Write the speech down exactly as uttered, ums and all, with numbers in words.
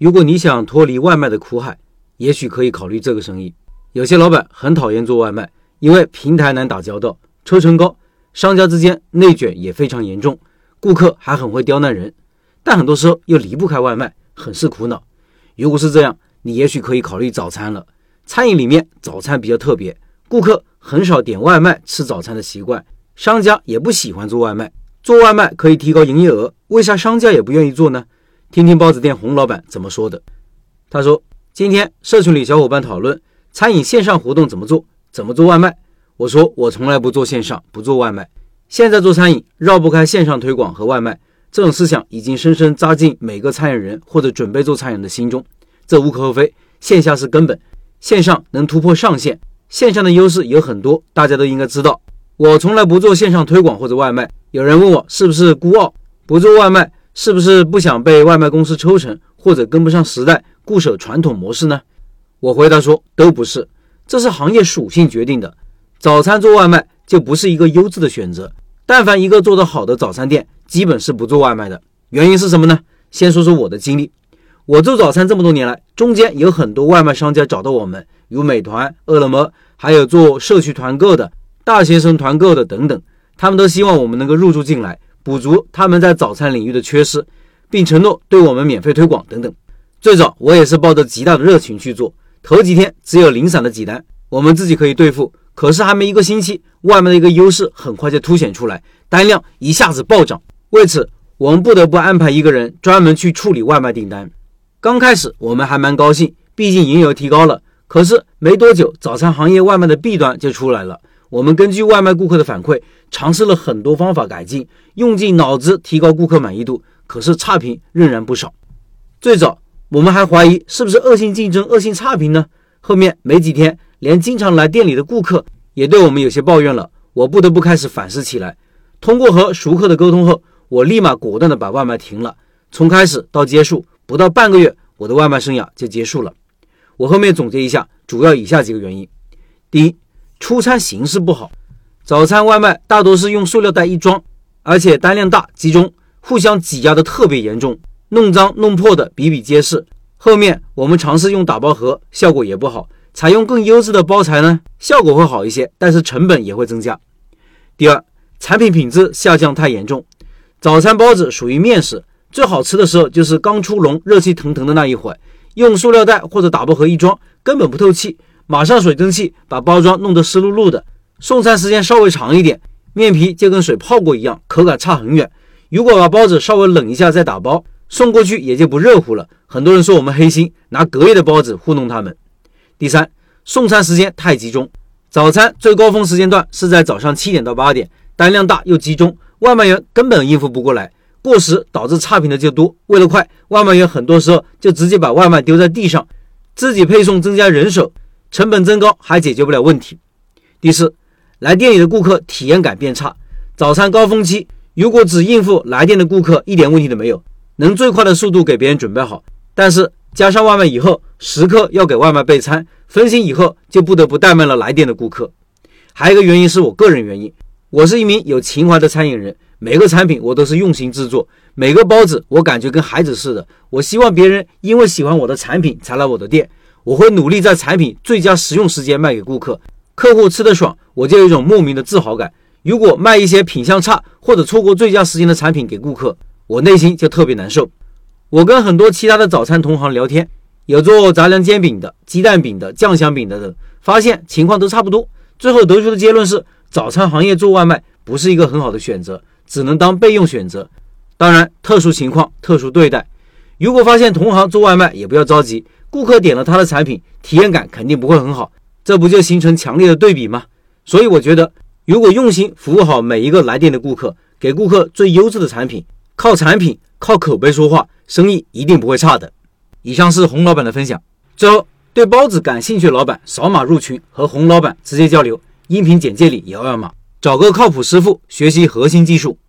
如果你想脱离外卖的苦海，也许可以考虑这个生意。有些老板很讨厌做外卖，因为平台难打交道，抽成高，商家之间内卷也非常严重，顾客还很会刁难人，但很多时候又离不开外卖，很是苦恼。如果是这样，你也许可以考虑早餐了。餐饮里面早餐比较特别，顾客很少点外卖吃早餐的习惯，商家也不喜欢做外卖，做外卖可以提高营业额，为啥商家也不愿意做呢？听听包子店洪老板怎么说的。他说，今天社群里小伙伴讨论餐饮线上活动怎么做，怎么做外卖。我说我从来不做线上，不做外卖。现在做餐饮绕不开线上推广和外卖，这种思想已经深深扎进每个餐饮人或者准备做餐饮的心中，这无可厚非。线下是根本，线上能突破上限，线上的优势有很多，大家都应该知道。我从来不做线上推广或者外卖。有人问我是不是孤傲，不做外卖是不是不想被外卖公司抽成，或者跟不上时代，固守传统模式呢？我回答说，都不是，这是行业属性决定的。早餐做外卖就不是一个优质的选择，但凡一个做得好的早餐店，基本是不做外卖的。原因是什么呢？先说说我的经历。我做早餐这么多年来，中间有很多外卖商家找到我们，如美团、饿了么，还有做社区团购的、大学生团购的等等，他们都希望我们能够入驻进来，补足他们在早餐领域的缺失，并承诺对我们免费推广等等。最早我也是抱着极大的热情去做，头几天只有零散的几单，我们自己可以对付，可是还没一个星期，外卖的一个优势很快就凸显出来，单量一下子暴涨。为此我们不得不安排一个人专门去处理外卖订单。刚开始我们还蛮高兴，毕竟营业额提高了，可是没多久早餐行业外卖的弊端就出来了。我们根据外卖顾客的反馈，尝试了很多方法改进，用尽脑子提高顾客满意度，可是差评仍然不少。最早我们还怀疑是不是恶性竞争、恶性差评呢？后面没几天，连经常来店里的顾客也对我们有些抱怨了，我不得不开始反思起来。通过和熟客的沟通后，我立马果断的把外卖停了，从开始到结束不到半个月，我的外卖生涯就结束了。我后面总结一下，主要以下几个原因。第一，出餐形式不好。早餐外卖大多是用塑料袋一装，而且单量大集中，互相挤压的特别严重，弄脏弄破的比比皆是。后面我们尝试用打包盒，效果也不好，采用更优质的包材呢，效果会好一些，但是成本也会增加。第二，产品品质下降太严重。早餐包子属于面食，最好吃的时候就是刚出笼热气腾腾的那一会儿，用塑料袋或者打包盒一装根本不透气，马上水蒸气把包装弄得湿漉漉的，送餐时间稍微长一点，面皮就跟水泡过一样，口感差很远。如果把包子稍微冷一下再打包，送过去也就不热乎了。很多人说我们黑心，拿隔夜的包子糊弄他们。第三，送餐时间太集中。早餐最高峰时间段是在早上七点到八点，单量大又集中，外卖员根本应付不过来，过时导致差评的就多。为了快，外卖员很多时候就直接把外卖丢在地上，自己配送增加人手，成本增高还解决不了问题。第四，来店里的顾客体验感变差。早餐高峰期如果只应付来电的顾客，一点问题都没有，能最快的速度给别人准备好，但是加上外卖以后，时刻要给外卖备餐，分心以后就不得不怠慢了来电的顾客。还有一个原因是我个人原因，我是一名有情怀的餐饮人，每个产品我都是用心制作，每个包子我感觉跟孩子似的，我希望别人因为喜欢我的产品才来我的店，我会努力在产品最佳使用时间卖给顾客，客户吃得爽，我就有一种莫名的自豪感。如果卖一些品相差或者错过最佳时间的产品给顾客，我内心就特别难受。我跟很多其他的早餐同行聊天，有做杂粮煎饼的、鸡蛋饼的、酱香饼的等，发现情况都差不多，最后得出的结论是，早餐行业做外卖不是一个很好的选择，只能当备用选择。当然特殊情况特殊对待，如果发现同行做外卖也不要着急，顾客点了他的产品，体验感肯定不会很好，这不就形成强烈的对比吗？所以我觉得如果用心服务好每一个来电的顾客，给顾客最优质的产品，靠产品靠口碑说话，生意一定不会差的。以上是洪老板的分享。最后，对包子感兴趣的老板扫码入群，和洪老板直接交流，音频简介里摇摇码，找个靠谱师傅学习核心技术。